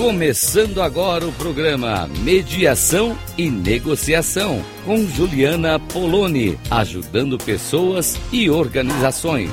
Começando agora o programa Mediação e Negociação, com Juliana Poloni, ajudando pessoas e organizações.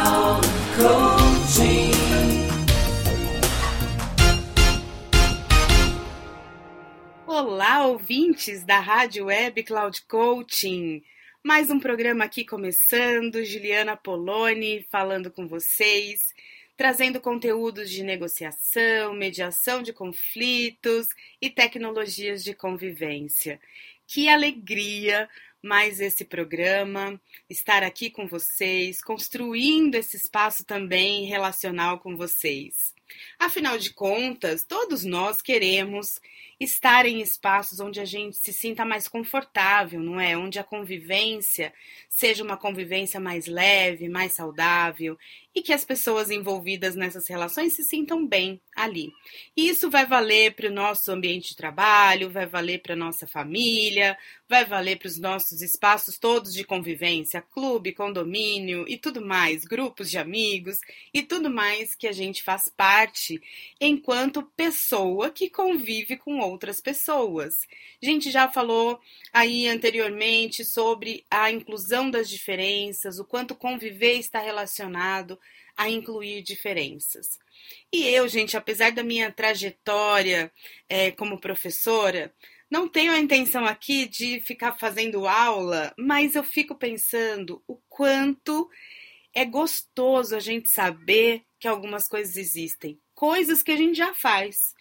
Olá, ouvintes da Rádio Web Cloud Coaching. Mais um programa aqui começando, Juliana Poloni falando com vocês, trazendo conteúdos de negociação, mediação de conflitos e tecnologias de convivência. Que alegria mais esse programa, estar aqui com vocês, construindo esse espaço também relacional com vocês. Afinal de contas, todos nós queremos estar em espaços onde a gente se sinta mais confortável, não é? Onde a convivência seja uma convivência mais leve, mais saudável e que as pessoas envolvidas nessas relações se sintam bem ali. E isso vai valer para o nosso ambiente de trabalho, vai valer para a nossa família, vai valer para os nossos espaços todos de convivência, clube, condomínio e tudo mais, grupos de amigos e tudo mais que a gente faz parte enquanto pessoa que convive com outras pessoas. A gente já falou aí anteriormente sobre a inclusão das diferenças, o quanto conviver está relacionado a incluir diferenças. E eu, gente, apesar da minha trajetória como professora, não tenho a intenção aqui de ficar fazendo aula, mas eu fico pensando o quanto é gostoso a gente saber que algumas coisas existem, coisas que a gente já faz.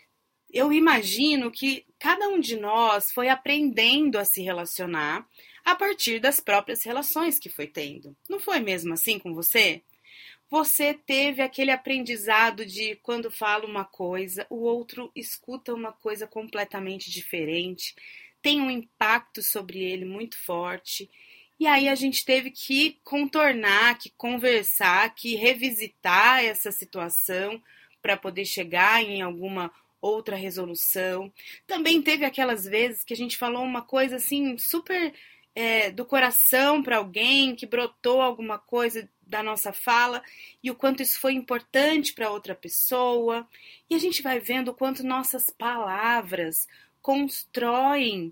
Eu imagino que cada um de nós foi aprendendo a se relacionar a partir das próprias relações que foi tendo. Não foi mesmo assim com você? Você teve aquele aprendizado de quando fala uma coisa, o outro escuta uma coisa completamente diferente, tem um impacto sobre ele muito forte. E aí a gente teve que contornar, que conversar, que revisitar essa situação para poder chegar em alguma outra resolução. Também teve aquelas vezes que a gente falou uma coisa assim super do coração para alguém, que brotou alguma coisa da nossa fala e o quanto isso foi importante para outra pessoa. E a gente vai vendo o quanto nossas palavras constroem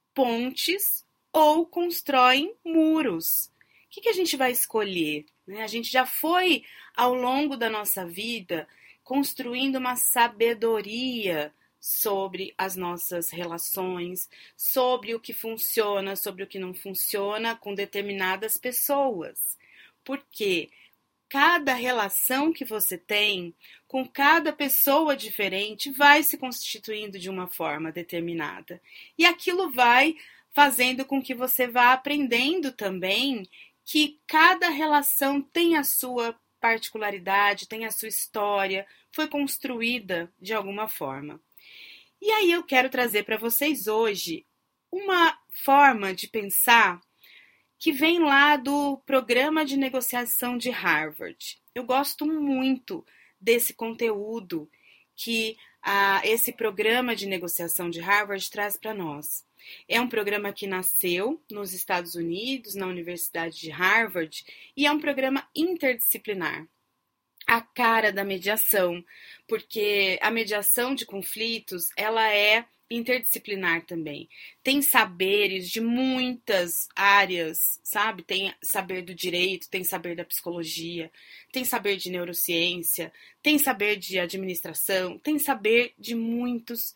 pontes ou constroem muros. O que a gente vai escolher? A gente já foi, ao longo da nossa vida, construindo uma sabedoria sobre as nossas relações, sobre o que funciona, sobre o que não funciona com determinadas pessoas. Porque cada relação que você tem com cada pessoa diferente vai se constituindo de uma forma determinada. E aquilo vai fazendo com que você vá aprendendo também que cada relação tem a sua particularidade, tem a sua história, foi construída de alguma forma. E aí eu quero trazer para vocês hoje uma forma de pensar que vem lá do programa de negociação de Harvard. Eu gosto muito desse conteúdo que esse programa de negociação de Harvard traz para nós. É um programa que nasceu nos Estados Unidos, na Universidade de Harvard, e é um programa interdisciplinar. A cara da mediação, porque a mediação de conflitos, ela é interdisciplinar também. Tem saberes de muitas áreas, sabe? Tem saber do direito, tem saber da psicologia, tem saber de neurociência, tem saber de administração, tem saber de muitos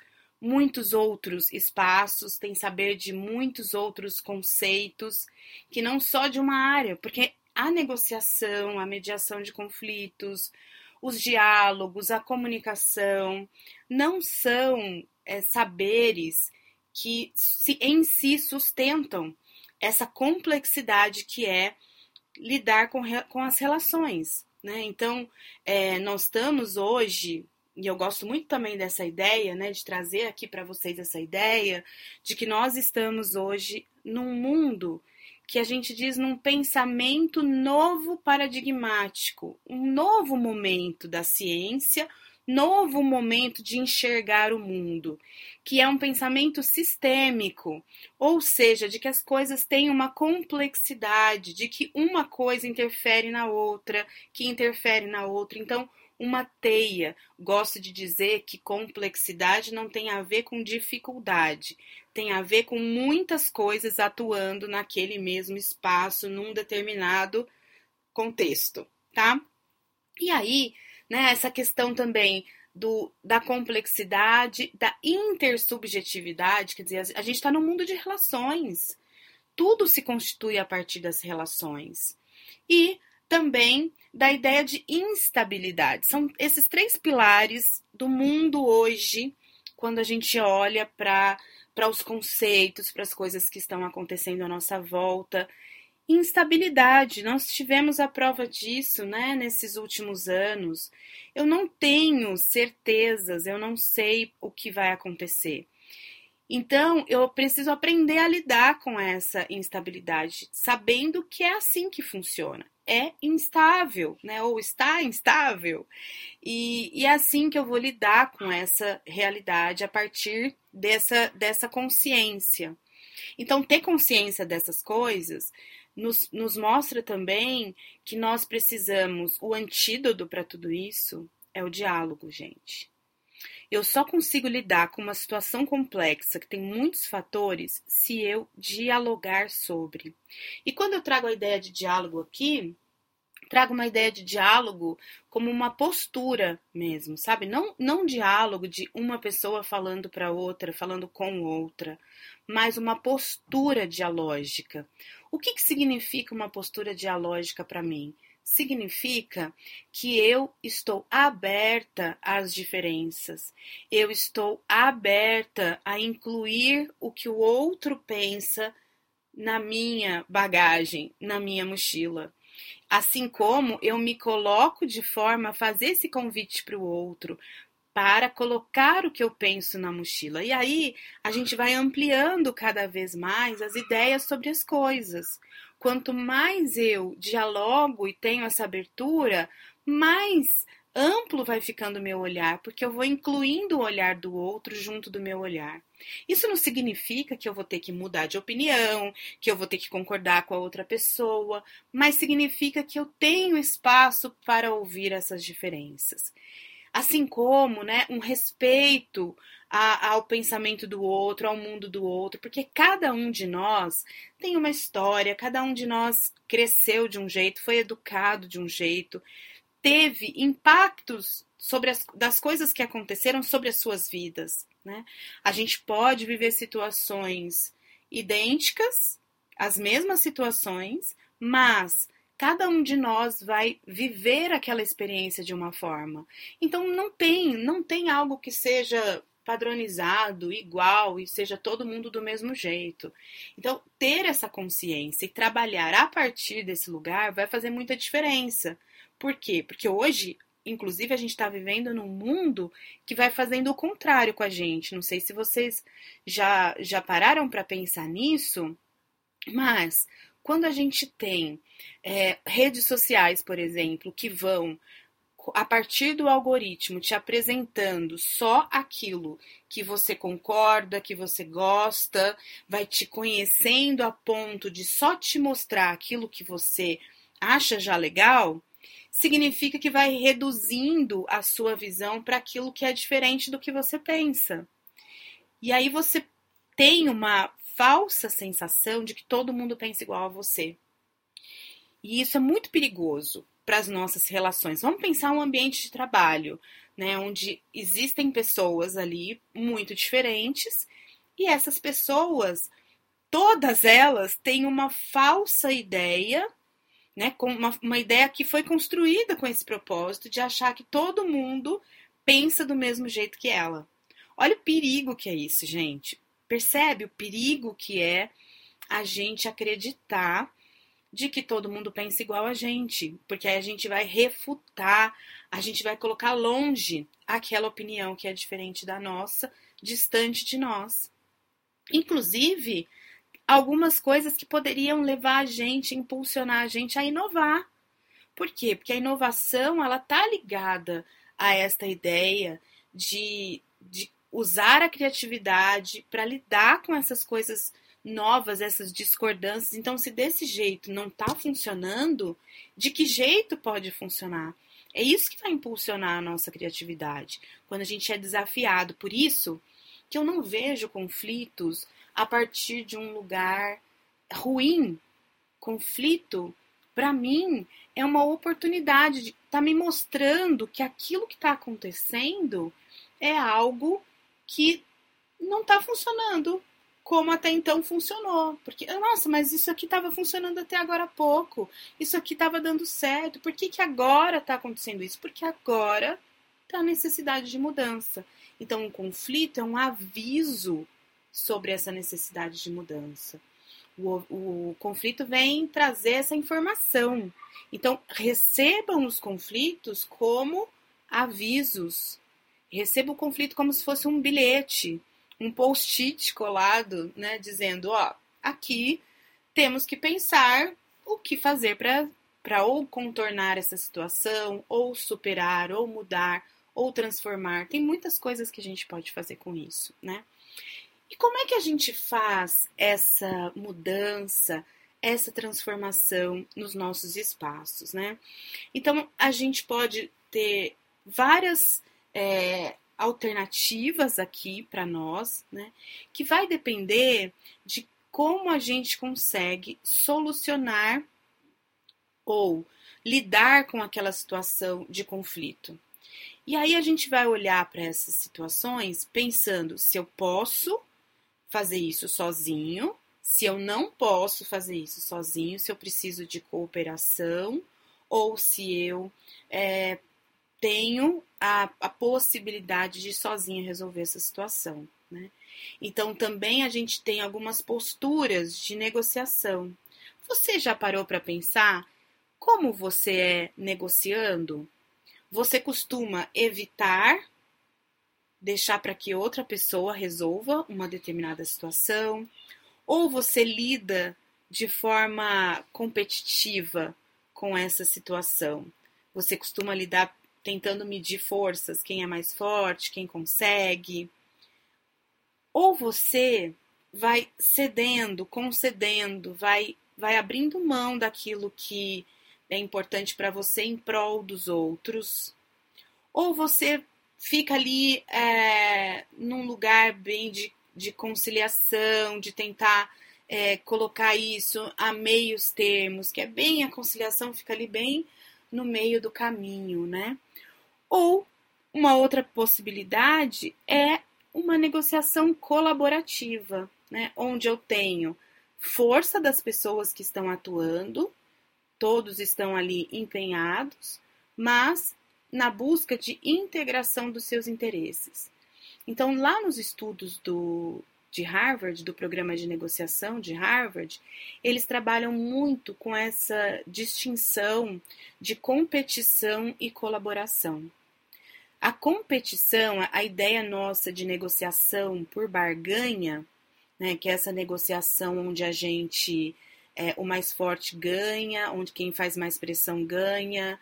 outros espaços, tem saber de muitos outros conceitos, que não só de uma área, porque a negociação, a mediação de conflitos, os diálogos, a comunicação, não são saberes que em si sustentam essa complexidade que é lidar com as relações, né? Então, nós estamos hoje, e eu gosto muito também dessa ideia, né, de trazer aqui para vocês essa ideia de que nós estamos hoje num mundo que a gente diz num pensamento novo paradigmático, um novo momento da ciência, novo momento de enxergar o mundo, que é um pensamento sistêmico, ou seja, de que as coisas têm uma complexidade, de que uma coisa interfere na outra, que interfere na outra. Então, uma teia. Gosto de dizer que complexidade não tem a ver com dificuldade, tem a ver com muitas coisas atuando naquele mesmo espaço, num determinado contexto, tá? E aí, né, essa questão também da complexidade, da intersubjetividade, quer dizer, a gente está no mundo de relações. Tudo se constitui a partir das relações. E também da ideia de instabilidade. São esses três pilares do mundo hoje, quando a gente olha para os conceitos, para as coisas que estão acontecendo à nossa volta. Instabilidade, nós tivemos a prova disso, né, nesses últimos anos. Eu não tenho certezas, eu não sei o que vai acontecer. Então, eu preciso aprender a lidar com essa instabilidade, sabendo que é assim que funciona. É instável, né? Ou está instável. E é assim que eu vou lidar com essa realidade a partir dessa consciência. Então, ter consciência dessas coisas nos mostra também que nós precisamos, o antídoto para tudo isso é o diálogo, gente. Eu só consigo lidar com uma situação complexa que tem muitos fatores se eu dialogar sobre. E quando eu trago a ideia de diálogo aqui, trago uma ideia de diálogo como uma postura mesmo, sabe? Não diálogo de uma pessoa falando para outra, falando com outra, mas uma postura dialógica. O que significa uma postura dialógica para mim? Significa que eu estou aberta às diferenças, eu estou aberta a incluir o que o outro pensa na minha bagagem, na minha mochila. Assim como eu me coloco de forma a fazer esse convite para o outro, para colocar o que eu penso na mochila. E aí a gente vai ampliando cada vez mais as ideias sobre as coisas. Quanto mais eu dialogo e tenho essa abertura, mais amplo vai ficando o meu olhar, porque eu vou incluindo o olhar do outro junto do meu olhar. Isso não significa que eu vou ter que mudar de opinião, que eu vou ter que concordar com a outra pessoa, mas significa que eu tenho espaço para ouvir essas diferenças. Assim como, né, um respeito ao pensamento do outro, ao mundo do outro, porque cada um de nós tem uma história, cada um de nós cresceu de um jeito, foi educado de um jeito, teve impactos das coisas que aconteceram sobre as suas vidas, né? A gente pode viver situações idênticas, as mesmas situações, mas cada um de nós vai viver aquela experiência de uma forma. Então não tem algo que seja padronizado, igual e seja todo mundo do mesmo jeito. Então, ter essa consciência e trabalhar a partir desse lugar vai fazer muita diferença. Por quê? Porque hoje, inclusive, a gente está vivendo num mundo que vai fazendo o contrário com a gente. Não sei se vocês já pararam para pensar nisso, mas quando a gente tem redes sociais, por exemplo, que vão, a partir do algoritmo, te apresentando só aquilo que você concorda, que você gosta, vai te conhecendo a ponto de só te mostrar aquilo que você acha já legal, significa que vai reduzindo a sua visão para aquilo que é diferente do que você pensa. E aí você tem uma falsa sensação de que todo mundo pensa igual a você. E isso é muito perigoso para as nossas relações. Vamos pensar um ambiente de trabalho, né, onde existem pessoas ali muito diferentes e essas pessoas, todas elas têm uma falsa ideia, né, com uma ideia que foi construída com esse propósito de achar que todo mundo pensa do mesmo jeito que ela. Olha o perigo que é isso, gente. Percebe o perigo que é a gente acreditar de que todo mundo pensa igual a gente, porque aí a gente vai refutar, a gente vai colocar longe aquela opinião que é diferente da nossa, distante de nós. Inclusive, algumas coisas que poderiam levar a gente, impulsionar a gente a inovar. Por quê? Porque a inovação, ela tá ligada a esta ideia de usar a criatividade para lidar com essas coisas novas, essas discordâncias. Então, se desse jeito não está funcionando, de que jeito pode funcionar? É isso que vai impulsionar a nossa criatividade, quando a gente é desafiado. Por isso que eu não vejo conflitos a partir de um lugar ruim. Conflito, para mim, é uma oportunidade de estar me mostrando que aquilo que está acontecendo é algo que não está funcionando como até então funcionou. Porque, nossa, mas isso aqui estava funcionando até agora há pouco. Isso aqui estava dando certo. Por que agora está acontecendo isso? Porque agora está a necessidade de mudança. Então, um conflito é um aviso sobre essa necessidade de mudança. O conflito vem trazer essa informação. Então, recebam os conflitos como avisos. Receba o conflito como se fosse um bilhete, um post-it colado, né, dizendo, ó, aqui temos que pensar o que fazer para ou contornar essa situação, ou superar, ou mudar, ou transformar. Tem muitas coisas que a gente pode fazer com isso, né? E como é que a gente faz essa mudança, essa transformação nos nossos espaços, né? Então, a gente pode ter várias alternativas aqui para nós, né? Que vai depender de como a gente consegue solucionar ou lidar com aquela situação de conflito. E aí a gente vai olhar para essas situações pensando se eu posso fazer isso sozinho, se eu não posso fazer isso sozinho, se eu preciso de cooperação ou se eu tenho a possibilidade de sozinha resolver essa situação, né? Então também a gente tem algumas posturas de negociação. Você já parou para pensar como você é negociando? Você costuma evitar deixar para que outra pessoa resolva uma determinada situação? Ou você lida de forma competitiva com essa situação? Você costuma lidar tentando medir forças, quem é mais forte, quem consegue? Ou você vai cedendo, concedendo, vai abrindo mão daquilo que é importante para você em prol dos outros? Ou você fica ali num lugar bem de conciliação, de tentar colocar isso a meios termos, que é bem a conciliação, fica ali bem no meio do caminho, né? Ou uma outra possibilidade é uma negociação colaborativa, né? Onde eu tenho força das pessoas que estão atuando, todos estão ali empenhados, mas na busca de integração dos seus interesses. Então, lá nos estudos de Harvard, do programa de negociação de Harvard, eles trabalham muito com essa distinção de competição e colaboração. A competição, a ideia nossa de negociação por barganha, né, que é essa negociação onde a gente, o mais forte ganha, onde quem faz mais pressão ganha,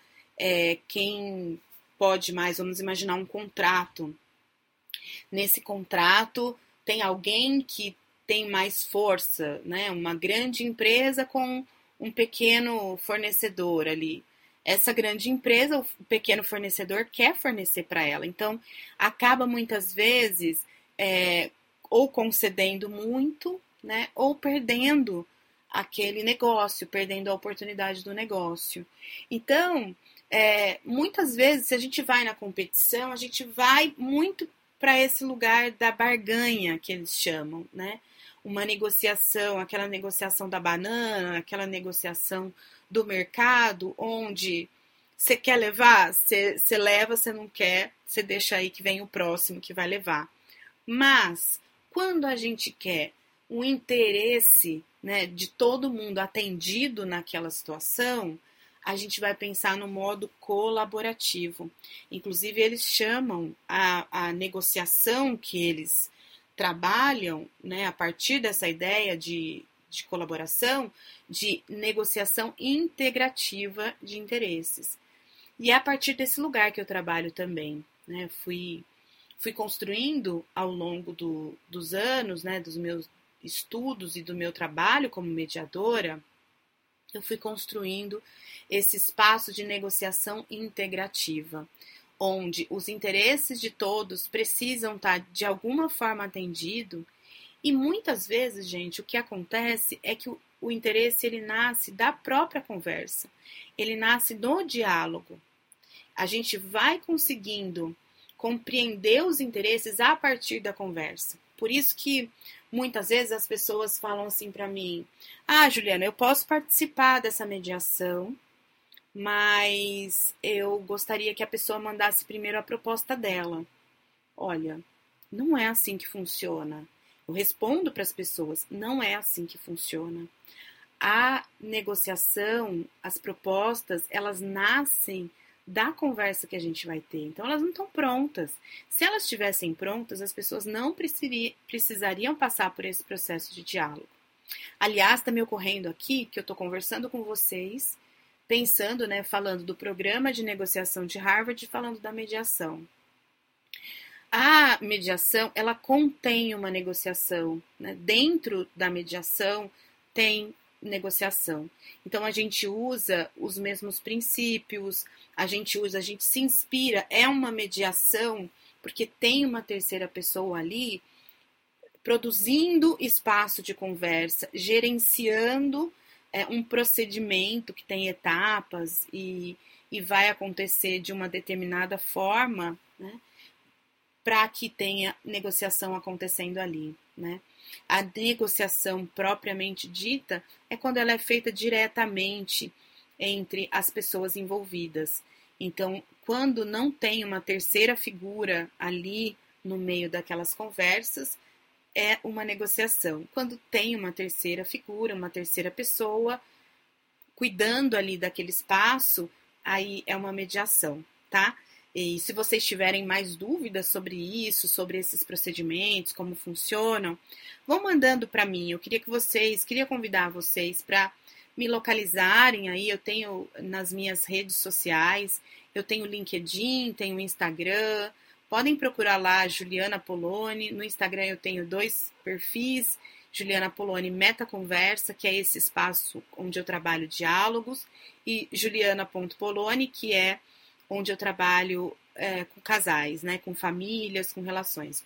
quem pode mais, vamos imaginar um contrato. Nesse contrato tem alguém que tem mais força, né? Uma grande empresa com um pequeno fornecedor ali. Essa grande empresa, o pequeno fornecedor quer fornecer para ela. Então, acaba muitas vezes ou concedendo muito, né? Ou perdendo aquele negócio, perdendo a oportunidade do negócio. Então, muitas vezes, se a gente vai na competição, a gente vai muito para esse lugar da barganha, que eles chamam, né? Uma negociação, aquela negociação da banana, aquela negociação do mercado, onde você quer levar, você leva, você não quer, você deixa aí que vem o próximo que vai levar. Mas, quando a gente quer o interesse, né, de todo mundo atendido naquela situação, a gente vai pensar no modo colaborativo. Inclusive, eles chamam a negociação que eles trabalham, né, a partir dessa ideia de colaboração, de negociação integrativa de interesses. E é a partir desse lugar que eu trabalho também, né? Fui construindo ao longo dos anos, né, dos meus estudos e do meu trabalho como mediadora, eu fui construindo esse espaço de negociação integrativa, onde os interesses de todos precisam estar de alguma forma atendidos. E muitas vezes, gente, o que acontece é que o interesse ele nasce da própria conversa, ele nasce no diálogo. A gente vai conseguindo compreender os interesses a partir da conversa. Por isso que muitas vezes as pessoas falam assim para mim: ah, Juliana, eu posso participar dessa mediação, mas eu gostaria que a pessoa mandasse primeiro a proposta dela. Olha, não é assim que funciona. Eu respondo para as pessoas, não é assim que funciona. A negociação, as propostas, elas nascem da conversa que a gente vai ter. Então, elas não estão prontas. Se elas estivessem prontas, as pessoas não precisariam passar por esse processo de diálogo. Aliás, está me ocorrendo aqui que eu estou conversando com vocês, pensando, né, falando do programa de negociação de Harvard e falando da mediação. A mediação, ela contém uma negociação, né? Dentro da mediação tem negociação. Então a gente usa os mesmos princípios, a gente se inspira, é uma mediação, porque tem uma terceira pessoa ali produzindo espaço de conversa, gerenciando um procedimento que tem etapas e vai acontecer de uma determinada forma, né? Para que tenha negociação acontecendo ali, né? A negociação propriamente dita é quando ela é feita diretamente entre as pessoas envolvidas. Então, quando não tem uma terceira figura ali no meio daquelas conversas, é uma negociação. Quando tem uma terceira figura, uma terceira pessoa cuidando ali daquele espaço, aí é uma mediação, tá? E se vocês tiverem mais dúvidas sobre isso, sobre esses procedimentos, como funcionam, vão mandando para mim. Eu queria convidar vocês para me localizarem aí. Eu tenho nas minhas redes sociais, eu tenho LinkedIn, tenho Instagram. Podem procurar lá Juliana Poloni. No Instagram eu tenho 2 perfis, Juliana Poloni Meta Conversa, que é esse espaço onde eu trabalho diálogos, e Juliana.poloni, que é onde eu trabalho com casais, né, com famílias, com relações.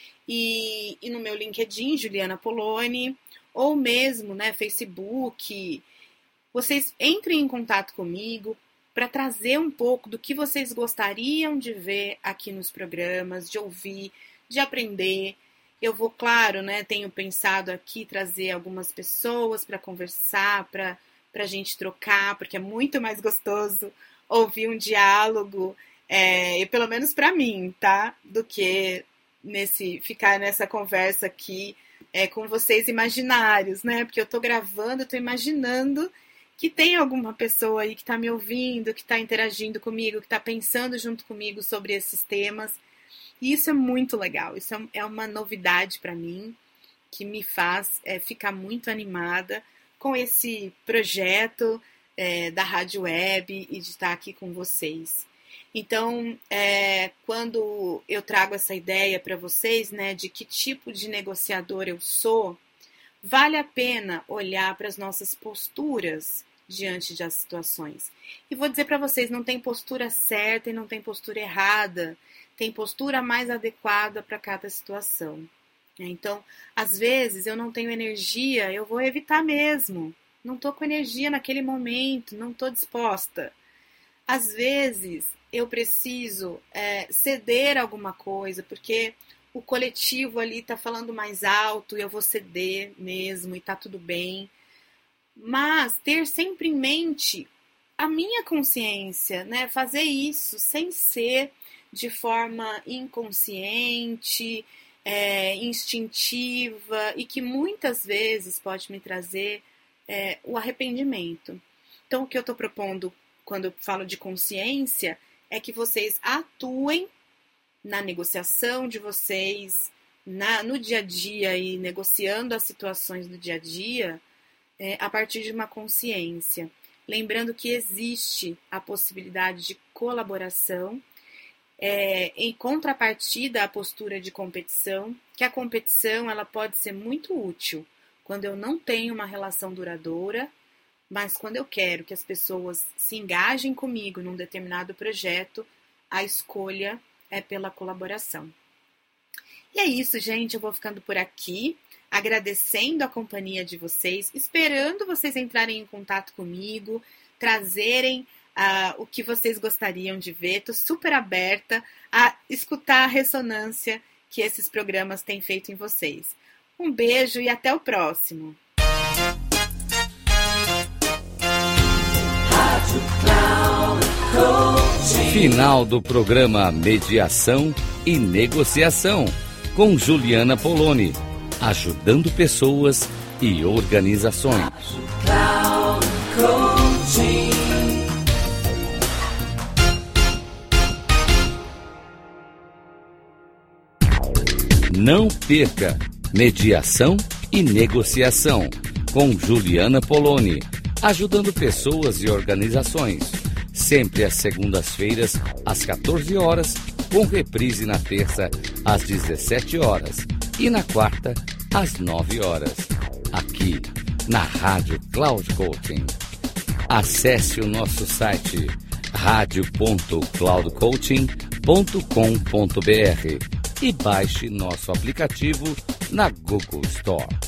E no meu LinkedIn, Juliana Poloni, ou mesmo, né, Facebook, vocês entrem em contato comigo para trazer um pouco do que vocês gostariam de ver aqui nos programas, de ouvir, de aprender. Eu vou, claro, né, tenho pensado aqui trazer algumas pessoas para conversar, para a gente trocar, porque é muito mais gostoso ouvir um diálogo, e pelo menos para mim, tá? Do que ficar nessa conversa aqui com vocês imaginários, né? Porque eu tô gravando, eu tô imaginando que tem alguma pessoa aí que tá me ouvindo, que tá interagindo comigo, que tá pensando junto comigo sobre esses temas. E isso é muito legal, isso é uma novidade para mim, que me faz ficar muito animada com esse projeto da Rádio Web e de estar aqui com vocês. Então, quando eu trago essa ideia para vocês, né, de que tipo de negociador eu sou, vale a pena olhar para as nossas posturas diante das situações. E vou dizer para vocês, não tem postura certa e não tem postura errada, tem postura mais adequada para cada situação. Então, às vezes eu não tenho energia, eu vou evitar mesmo. Não estou com energia naquele momento, não estou disposta. Às vezes eu preciso ceder alguma coisa, porque o coletivo ali está falando mais alto e eu vou ceder mesmo e está tudo bem. Mas ter sempre em mente a minha consciência, né? Fazer isso sem ser de forma inconsciente, instintiva e que muitas vezes pode me trazer o arrependimento. Então, o que eu estou propondo quando eu falo de consciência é que vocês atuem na negociação de vocês, no dia a dia e negociando as situações do dia a dia a partir de uma consciência. Lembrando que existe a possibilidade de colaboração em contrapartida à postura de competição, que a competição ela pode ser muito útil quando eu não tenho uma relação duradoura mas quando eu quero que as pessoas se engajem comigo num determinado projeto, a escolha é pela colaboração. E é isso, gente, eu vou ficando por aqui, agradecendo a companhia de vocês, esperando vocês entrarem em contato comigo, trazerem o que vocês gostariam de ver. Estou super aberta a escutar a ressonância que esses programas têm feito em vocês. Um beijo e até o próximo. Final do programa Mediação e Negociação com Juliana Poloni, ajudando pessoas e organizações. Não perca Mediação e Negociação com Juliana Poloni, ajudando pessoas e organizações. Sempre às segundas-feiras, às 14 horas, com reprise na terça, às 17 horas e na quarta, às 9 horas. Aqui, na Rádio Cloud Coaching. Acesse o nosso site radio.cloudcoaching.com.br e baixe nosso aplicativo na Google Store.